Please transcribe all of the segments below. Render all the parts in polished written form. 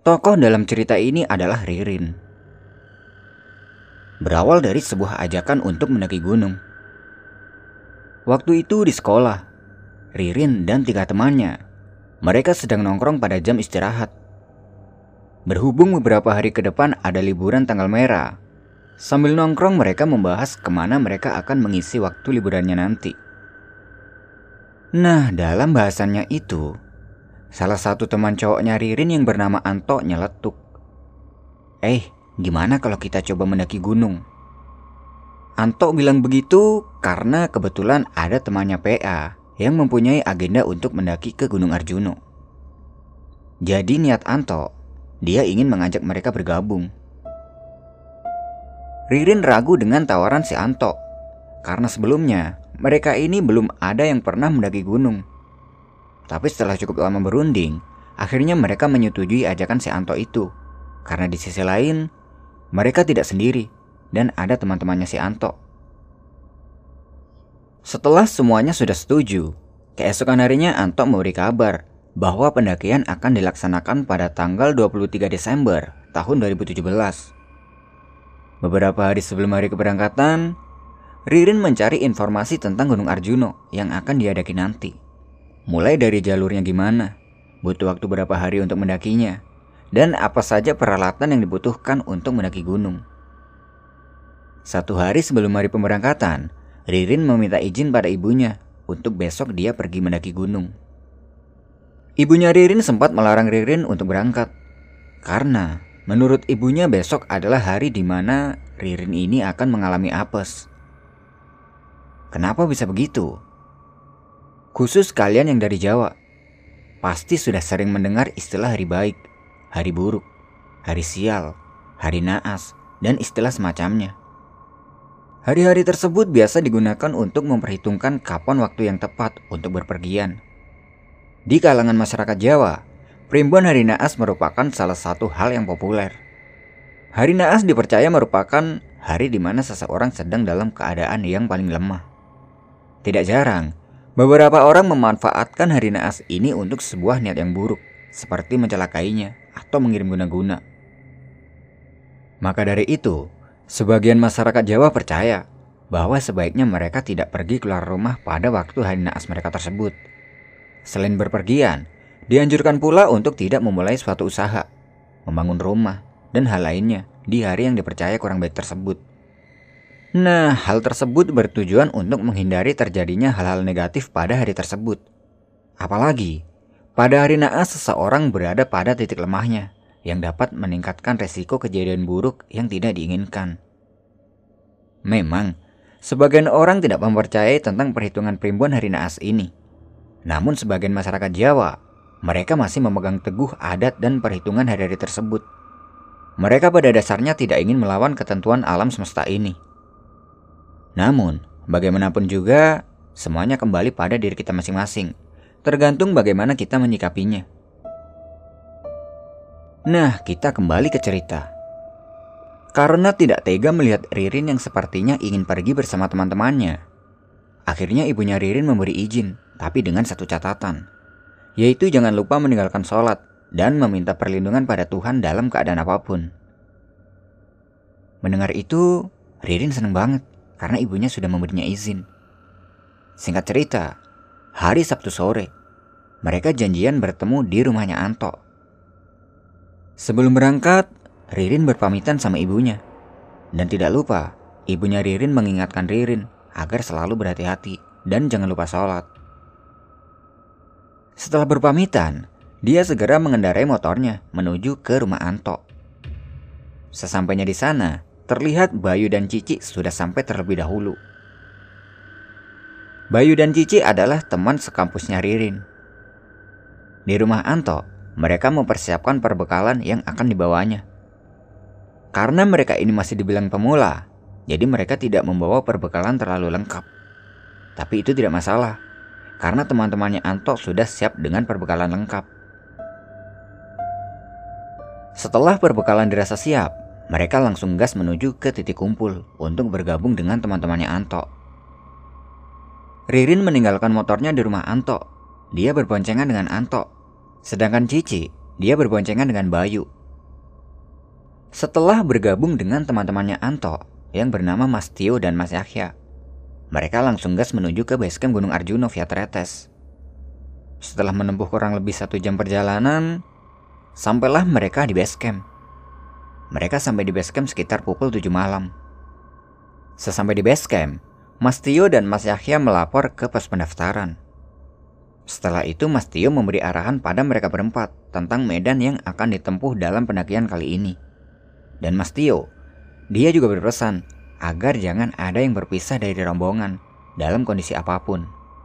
Tokoh dalam cerita ini adalah Ririn. Berawal dari sebuah ajakan untuk mendaki gunung. Waktu itu di sekolah, Ririn dan 3 temannya, mereka sedang nongkrong pada jam istirahat. Berhubung beberapa hari ke depan ada liburan tanggal merah, sambil nongkrong mereka membahas kemana mereka akan mengisi waktu liburannya nanti. Nah, dalam bahasannya itu, salah satu teman cowoknya Ririn yang bernama Anto nyeletuk. Gimana kalau kita coba mendaki gunung? Anto bilang begitu karena kebetulan ada temannya PA yang mempunyai agenda untuk mendaki ke Gunung Arjuno. Jadi niat Anto, dia ingin mengajak mereka bergabung. Ririn ragu dengan tawaran si Anto, karena sebelumnya mereka ini belum ada yang pernah mendaki gunung. Tapi setelah cukup lama berunding, akhirnya mereka menyetujui ajakan si Anto itu. Karena di sisi lain, mereka tidak sendiri dan ada teman-temannya si Anto. Setelah semuanya sudah setuju, keesokan harinya Anto memberi kabar bahwa pendakian akan dilaksanakan pada tanggal 23 Desember tahun 2017. Beberapa hari sebelum hari keberangkatan, Ririn mencari informasi tentang Gunung Arjuno yang akan diadaki nanti. Mulai dari jalurnya gimana, butuh waktu berapa hari untuk mendakinya, dan apa saja peralatan yang dibutuhkan untuk mendaki gunung. 1 hari sebelum hari pemberangkatan, Ririn meminta izin pada ibunya untuk besok dia pergi mendaki gunung. Ibunya Ririn sempat melarang Ririn untuk berangkat, karena menurut ibunya besok adalah hari di mana Ririn ini akan mengalami apes. Kenapa bisa begitu? Khusus kalian yang dari Jawa, pasti sudah sering mendengar istilah hari baik, hari buruk, hari sial, hari naas, dan istilah semacamnya. Hari-hari tersebut biasa digunakan untuk memperhitungkan kapan waktu yang tepat untuk berpergian. Di kalangan masyarakat Jawa, primbon hari naas merupakan salah satu hal yang populer. Hari naas dipercaya merupakan hari di mana seseorang sedang dalam keadaan yang paling lemah. Tidak jarang, beberapa orang memanfaatkan hari naas ini untuk sebuah niat yang buruk, seperti mencelakainya atau mengirim guna-guna. Maka dari itu, sebagian masyarakat Jawa percaya bahwa sebaiknya mereka tidak pergi keluar rumah pada waktu hari naas mereka tersebut. Selain berpergian, dianjurkan pula untuk tidak memulai suatu usaha, membangun rumah, dan hal lainnya di hari yang dipercaya kurang baik tersebut. Nah, hal tersebut bertujuan untuk menghindari terjadinya hal-hal negatif pada hari tersebut. Apalagi, pada hari naas seseorang berada pada titik lemahnya yang dapat meningkatkan resiko kejadian buruk yang tidak diinginkan. Memang, sebagian orang tidak mempercayai tentang perhitungan primbon hari naas ini. Namun sebagian masyarakat Jawa, mereka masih memegang teguh adat dan perhitungan hari-hari tersebut. Mereka pada dasarnya tidak ingin melawan ketentuan alam semesta ini. Namun, bagaimanapun juga, semuanya kembali pada diri kita masing-masing, tergantung bagaimana kita menyikapinya. Nah, kita kembali ke cerita. Karena tidak tega melihat Ririn yang sepertinya ingin pergi bersama teman-temannya, akhirnya ibunya Ririn memberi izin, tapi dengan satu catatan, yaitu jangan lupa meninggalkan sholat dan meminta perlindungan pada Tuhan dalam keadaan apapun. Mendengar itu, Ririn senang banget karena ibunya sudah memberinya izin. Singkat cerita, hari Sabtu sore, mereka janjian bertemu di rumahnya Anto. Sebelum berangkat, Ririn berpamitan sama ibunya. Dan tidak lupa, ibunya Ririn mengingatkan Ririn agar selalu berhati-hati dan jangan lupa sholat. Setelah berpamitan, dia segera mengendarai motornya menuju ke rumah Anto. Sesampainya di sana, terlihat Bayu dan Cici sudah sampai terlebih dahulu. Bayu dan Cici adalah teman sekampusnya Ririn. Di rumah Anto, mereka mempersiapkan perbekalan yang akan dibawanya. Karena mereka ini masih dibilang pemula, jadi mereka tidak membawa perbekalan terlalu lengkap. Tapi itu tidak masalah, karena teman-temannya Anto sudah siap dengan perbekalan lengkap. Setelah perbekalan dirasa siap, mereka langsung gas menuju ke titik kumpul untuk bergabung dengan teman-temannya Anto. Ririn meninggalkan motornya di rumah Anto. Dia berboncengan dengan Anto. Sedangkan Cici dia berboncengan dengan Bayu. Setelah bergabung dengan teman-temannya Anto yang bernama Mas Tio dan Mas Yahya, mereka langsung gas menuju ke basecamp Gunung Arjuno via Tretes. Setelah menempuh kurang lebih 1 jam perjalanan, sampailah mereka di basecamp. Mereka sampai di basecamp sekitar pukul 7 malam. Sesampai di basecamp, Mas Tio dan Mas Yahya melapor ke pos pendaftaran. Setelah itu Mas Tio memberi arahan pada mereka berempat tentang medan yang akan ditempuh dalam pendakian kali ini. Dan Mas Tio, dia juga berpesan agar jangan ada yang berpisah dari rombongan dalam kondisi apapun.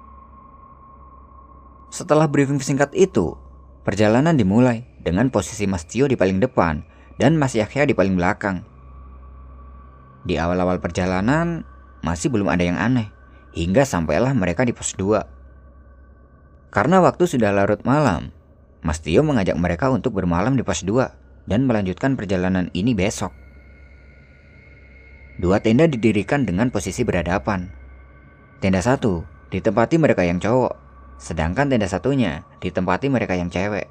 Setelah briefing singkat itu, perjalanan dimulai dengan posisi Mas Tio di paling depan dan Mas Yahya di paling belakang. Di awal-awal perjalanan, masih belum ada yang aneh, hingga sampailah mereka di pos 2. Karena waktu sudah larut malam, Mas Tio mengajak mereka untuk bermalam di pos 2 dan melanjutkan perjalanan ini besok. 2 tenda didirikan dengan posisi berhadapan. Tenda 1 ditempati mereka yang cowok, sedangkan tenda satunya ditempati mereka yang cewek.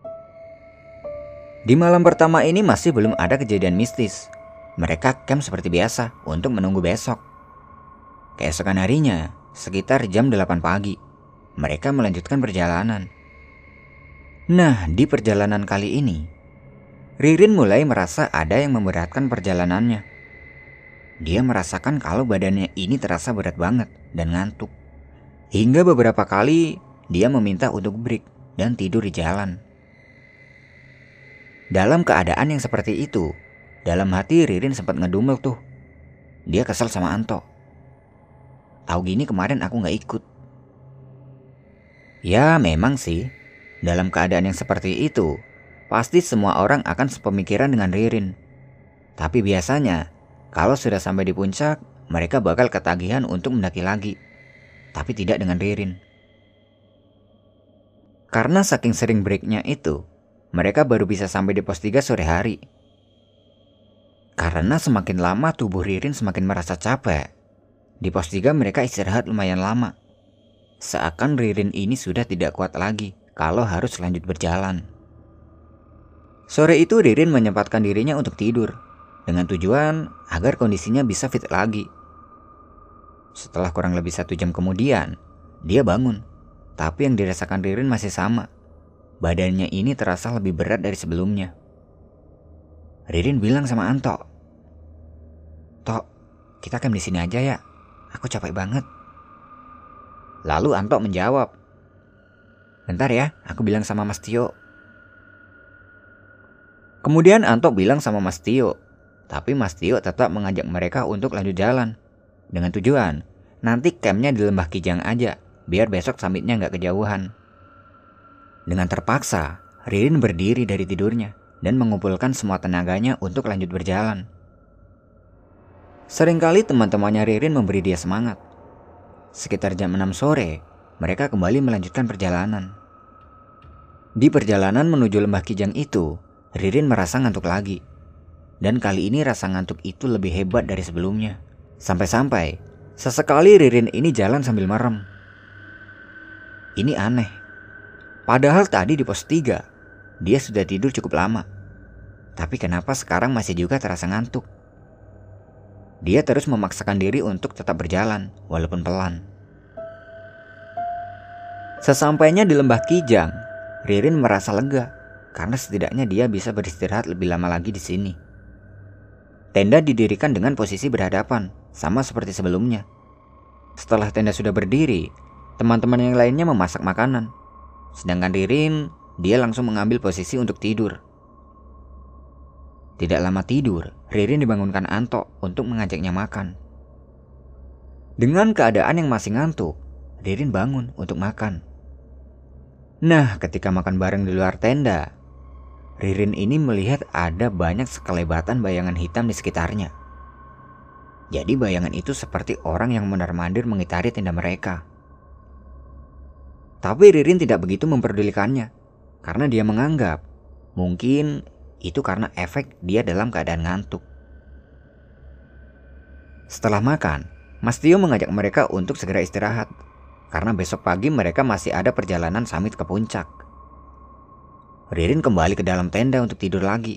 Di malam pertama ini masih belum ada kejadian mistis. Mereka camp seperti biasa untuk menunggu besok. Keesokan harinya, sekitar jam 8 pagi, mereka melanjutkan perjalanan. Nah, di perjalanan kali ini, Ririn mulai merasa ada yang memberatkan perjalanannya. Dia merasakan kalau badannya ini terasa berat banget dan ngantuk. Hingga beberapa kali dia meminta untuk break dan tidur di jalan. Dalam keadaan yang seperti itu, dalam hati Ririn sempat ngedumel tuh. Dia kesel sama Anto. Tahu gini kemarin aku gak ikut. Ya memang sih, dalam keadaan yang seperti itu, pasti semua orang akan sepemikiran dengan Ririn. Tapi biasanya, kalau sudah sampai di puncak, mereka bakal ketagihan untuk mendaki lagi. Tapi tidak dengan Ririn. Karena saking sering breaknya itu, mereka baru bisa sampai di pos 3 sore hari. Karena semakin lama tubuh Ririn semakin merasa capek, di pos 3 mereka istirahat lumayan lama. Seakan Ririn ini sudah tidak kuat lagi kalau harus lanjut berjalan. Sore itu Ririn menyempatkan dirinya untuk tidur, dengan tujuan agar kondisinya bisa fit lagi. Setelah kurang lebih 1 jam kemudian, dia bangun. Tapi yang dirasakan Ririn masih sama. Badannya ini terasa lebih berat dari sebelumnya. Ririn bilang sama Anto, "Tok, kita camp di sini aja ya. Aku capek banget." Lalu Anto menjawab, "Bentar ya, aku bilang sama Mas Tio." Kemudian Anto bilang sama Mas Tio, tapi Mas Tio tetap mengajak mereka untuk lanjut jalan. Dengan tujuan, nanti campnya di Lembah Kijang aja, biar besok summitnya gak kejauhan. Dengan terpaksa, Ririn berdiri dari tidurnya dan mengumpulkan semua tenaganya untuk lanjut berjalan. Seringkali teman-temannya Ririn memberi dia semangat. Sekitar jam 6 sore, mereka kembali melanjutkan perjalanan. Di perjalanan menuju Lembah Kijang itu, Ririn merasa ngantuk lagi. Dan kali ini rasa ngantuk itu lebih hebat dari sebelumnya. Sampai-sampai, sesekali Ririn ini jalan sambil merem. Ini aneh. Padahal tadi di pos 3, dia sudah tidur cukup lama. Tapi kenapa sekarang masih juga terasa ngantuk? Dia terus memaksakan diri untuk tetap berjalan, walaupun pelan. Sesampainya di Lembah Kijang, Ririn merasa lega. Karena setidaknya dia bisa beristirahat lebih lama lagi di sini. Tenda didirikan dengan posisi berhadapan, sama seperti sebelumnya. Setelah tenda sudah berdiri, teman-teman yang lainnya memasak makanan. Sedangkan Ririn, dia langsung mengambil posisi untuk tidur. Tidak lama tidur, Ririn dibangunkan Anto untuk mengajaknya makan. Dengan keadaan yang masih ngantuk, Ririn bangun untuk makan. Nah, ketika makan bareng di luar tenda, Ririn ini melihat ada banyak sekelebatan bayangan hitam di sekitarnya. Jadi bayangan itu seperti orang yang mondar-mandir mengitari tenda mereka. Tapi Ririn tidak begitu memperdulikannya, karena dia menganggap mungkin itu karena efek dia dalam keadaan ngantuk. Setelah makan, Mas Tio mengajak mereka untuk segera istirahat, karena besok pagi mereka masih ada perjalanan summit ke puncak. Ririn kembali ke dalam tenda untuk tidur lagi.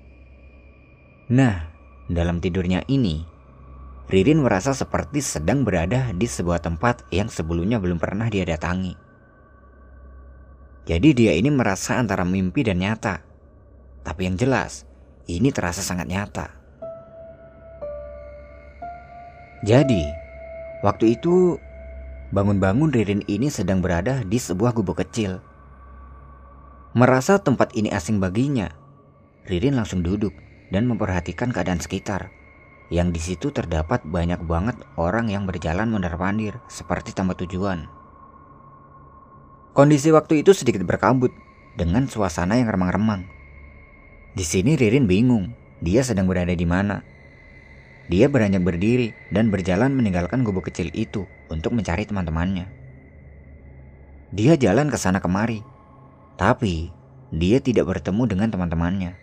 Nah, dalam tidurnya ini, Ririn merasa seperti sedang berada di sebuah tempat yang sebelumnya belum pernah dia datangi. Jadi dia ini merasa antara mimpi dan nyata. Tapi yang jelas, ini terasa sangat nyata. Jadi, waktu itu bangun-bangun Ririn ini sedang berada di sebuah gubuk kecil. Merasa tempat ini asing baginya, Ririn langsung duduk dan memperhatikan keadaan sekitar. Yang di situ terdapat banyak banget orang yang berjalan mondar-mandir seperti tanpa tujuan. Kondisi waktu itu sedikit berkabut dengan suasana yang remang-remang. Di sini Ririn bingung, dia sedang berada di mana. Dia beranjak berdiri dan berjalan meninggalkan gubuk kecil itu untuk mencari teman-temannya. Dia jalan ke sana kemari, tapi dia tidak bertemu dengan teman-temannya.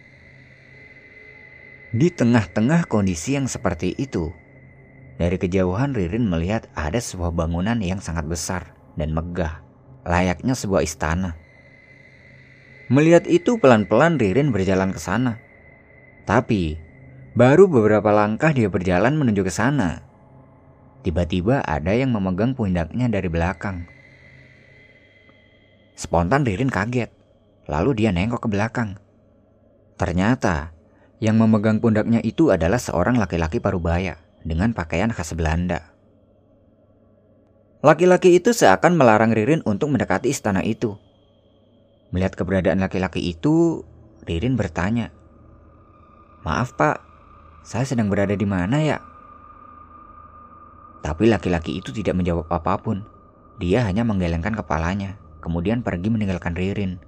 Di tengah-tengah kondisi yang seperti itu, dari kejauhan Ririn melihat ada sebuah bangunan yang sangat besar dan megah, layaknya sebuah istana. Melihat itu pelan-pelan Ririn berjalan ke sana. Tapi, baru beberapa langkah dia berjalan menuju ke sana. Tiba-tiba ada yang memegang pundaknya dari belakang. Spontan Ririn kaget, lalu dia nengok ke belakang. Ternyata, yang memegang pundaknya itu adalah seorang laki-laki parubaya dengan pakaian khas Belanda. Laki-laki itu seakan melarang Ririn untuk mendekati istana itu. Melihat keberadaan laki-laki itu, Ririn bertanya, "Maaf pak, saya sedang berada di mana ya?" Tapi laki-laki itu tidak menjawab apapun. Dia hanya menggelengkan kepalanya, kemudian pergi meninggalkan Ririn.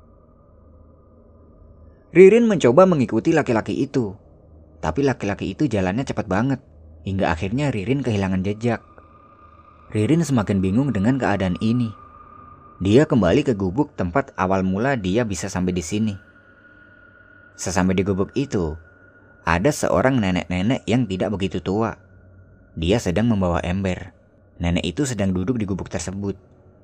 Ririn mencoba mengikuti laki-laki itu, tapi laki-laki itu jalannya cepat banget, hingga akhirnya Ririn kehilangan jejak. Ririn semakin bingung dengan keadaan ini. Dia kembali ke gubuk tempat awal mula dia bisa sampai di sini. Sesampai di gubuk itu, ada seorang nenek-nenek yang tidak begitu tua. Dia sedang membawa ember. Nenek itu sedang duduk di gubuk tersebut.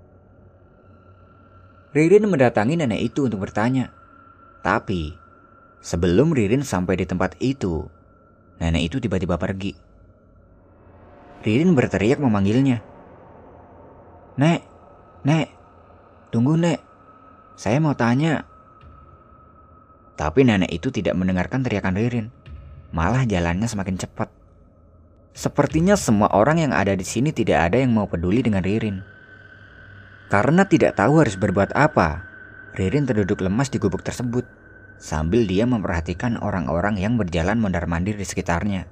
Ririn mendatangi nenek itu untuk bertanya. Tapi, sebelum Ririn sampai di tempat itu, nenek itu tiba-tiba pergi. Ririn berteriak memanggilnya. "Nek, nek, tunggu nek, saya mau tanya." Tapi nenek itu tidak mendengarkan teriakan Ririn, malah jalannya semakin cepat. Sepertinya semua orang yang ada di sini tidak ada yang mau peduli dengan Ririn. Karena tidak tahu harus berbuat apa, Ririn terduduk lemas di gubuk tersebut, sambil dia memperhatikan orang-orang yang berjalan mondar-mandir di sekitarnya.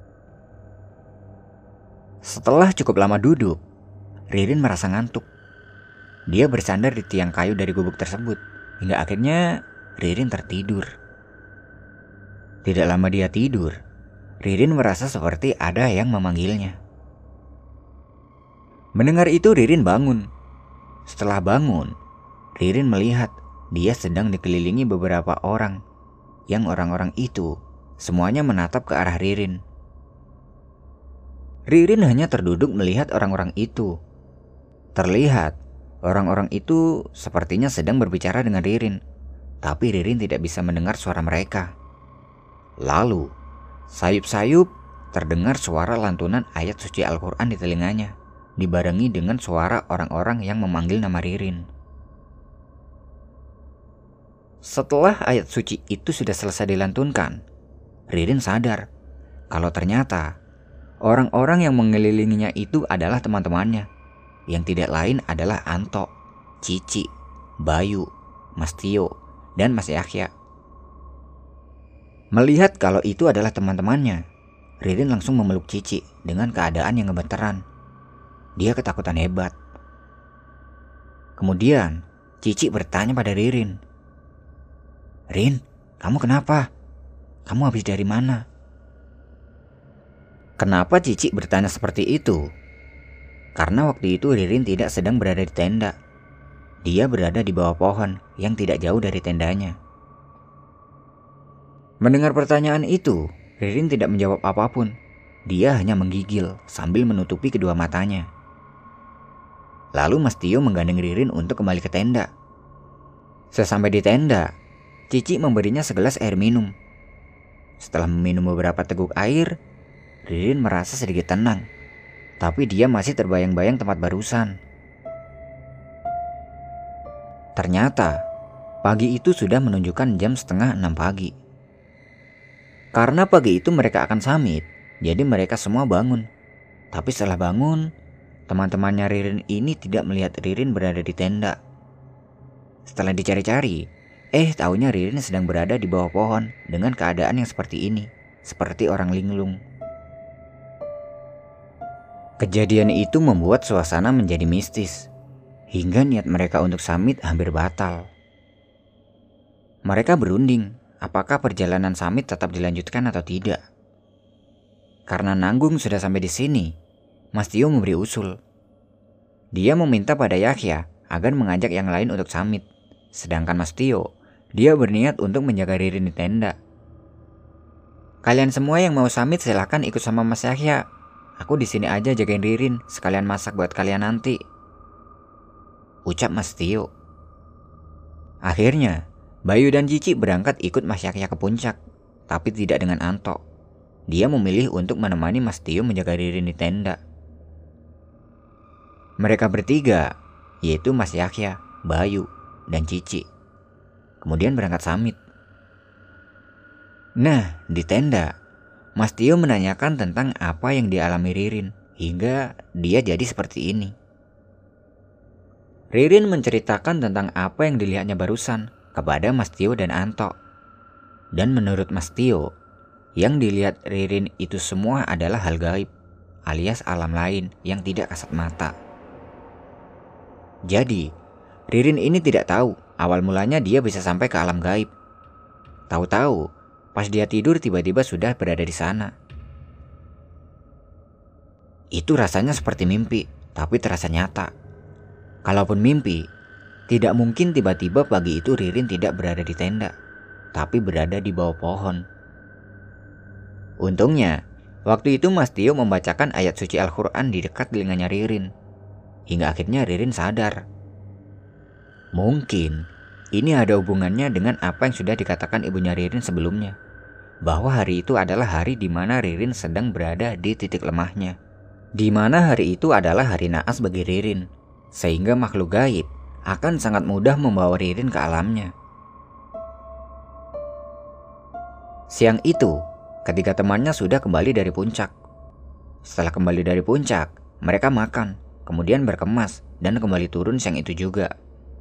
Setelah cukup lama duduk, Ririn merasa ngantuk. Dia bersandar di tiang kayu dari gubuk tersebut, hingga akhirnya Ririn tertidur. Tidak lama dia tidur, Ririn merasa seperti ada yang memanggilnya. Mendengar itu Ririn bangun. Setelah bangun, Ririn melihat dia sedang dikelilingi beberapa orang, yang orang-orang itu semuanya menatap ke arah Ririn. Ririn hanya terduduk melihat orang-orang itu. Terlihat orang-orang itu sepertinya sedang berbicara dengan Ririn, tapi Ririn tidak bisa mendengar suara mereka. Lalu, sayup-sayup terdengar suara lantunan ayat suci Al-Quran di telinganya, dibarengi dengan suara orang-orang yang memanggil nama Ririn. Setelah ayat suci itu sudah selesai dilantunkan, Ririn sadar kalau ternyata orang-orang yang mengelilinginya itu adalah teman-temannya, yang tidak lain adalah Anto, Cici, Bayu, Mas Tio, dan Mas Yahya. Melihat kalau itu adalah teman-temannya, Ririn langsung memeluk Cici dengan keadaan yang gemeteran. Dia ketakutan hebat. Kemudian Cici bertanya pada Ririn, "Rin, kamu kenapa? Kamu habis dari mana?" Kenapa Cici bertanya seperti itu? Karena waktu itu Ririn tidak sedang berada di tenda. Dia berada di bawah pohon yang tidak jauh dari tendanya. Mendengar pertanyaan itu, Ririn tidak menjawab apapun. Dia hanya menggigil sambil menutupi kedua matanya. Lalu Mas Tio menggandeng Ririn untuk kembali ke tenda. Sesampai di tenda, Cici memberinya segelas air minum. Setelah meminum beberapa teguk air, Ririn merasa sedikit tenang. Tapi dia masih terbayang-bayang tempat barusan. Ternyata, pagi itu sudah menunjukkan jam 5:30 pagi. Karena pagi itu mereka akan summit, jadi mereka semua bangun. Tapi setelah bangun, teman-temannya Ririn ini tidak melihat Ririn berada di tenda. Setelah dicari-cari, taunya Ririn sedang berada di bawah pohon dengan keadaan yang seperti ini, seperti orang linglung. Kejadian itu membuat suasana menjadi mistis, hingga niat mereka untuk summit hampir batal. Mereka berunding, apakah perjalanan summit tetap dilanjutkan atau tidak. Karena nanggung sudah sampai di sini, Mas Tio memberi usul. Dia meminta pada Yahya agar mengajak yang lain untuk summit, sedangkan Mas Tio, dia berniat untuk menjaga Ririn di tenda. Kalian semua yang mau summit silahkan ikut sama Mas Yahya. Aku di sini aja jagain Ririn, sekalian masak buat kalian nanti, ucap Mas Tio. Akhirnya, Bayu dan Cici berangkat ikut Mas Yahya ke puncak, tapi tidak dengan Anto. Dia memilih untuk menemani Mas Tio menjaga Ririn di tenda. Mereka bertiga, yaitu Mas Yahya, Bayu, dan Cici, kemudian berangkat summit. Nah, di tenda, Mas Tio menanyakan tentang apa yang dialami Ririn hingga dia jadi seperti ini. Ririn menceritakan tentang apa yang dilihatnya barusan kepada Mas Tio dan Anto. Dan menurut Mas Tio, yang dilihat Ririn itu semua adalah hal gaib, alias alam lain yang tidak kasat mata. Jadi, Ririn ini tidak tahu awal mulanya dia bisa sampai ke alam gaib. Tahu-tahu, pas dia tidur tiba-tiba sudah berada di sana. Itu rasanya seperti mimpi, tapi terasa nyata. Kalaupun mimpi, tidak mungkin tiba-tiba pagi itu Ririn tidak berada di tenda, tapi berada di bawah pohon. Untungnya, waktu itu Mas Tio membacakan ayat suci Al-Quran di dekat telinganya Ririn, hingga akhirnya Ririn sadar. Mungkin ini ada hubungannya dengan apa yang sudah dikatakan ibunya Ririn sebelumnya, bahwa hari itu adalah hari di mana Ririn sedang berada di titik lemahnya, di mana hari itu adalah hari naas bagi Ririn, sehingga makhluk gaib akan sangat mudah membawa Ririn ke alamnya. Siang itu, ketika temannya sudah kembali dari puncak. Setelah kembali dari puncak, mereka makan, kemudian berkemas, dan kembali turun siang itu juga.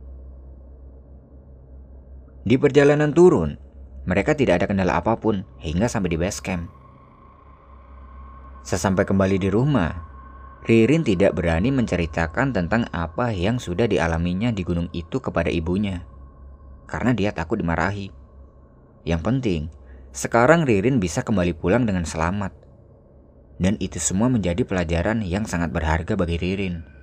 Di perjalanan turun, mereka tidak ada kendala apapun hingga sampai di base camp. Sesampai kembali di rumah, Ririn tidak berani menceritakan tentang apa yang sudah dialaminya di gunung itu kepada ibunya, karena dia takut dimarahi. Yang penting, sekarang Ririn bisa kembali pulang dengan selamat. Dan itu semua menjadi pelajaran yang sangat berharga bagi Ririn.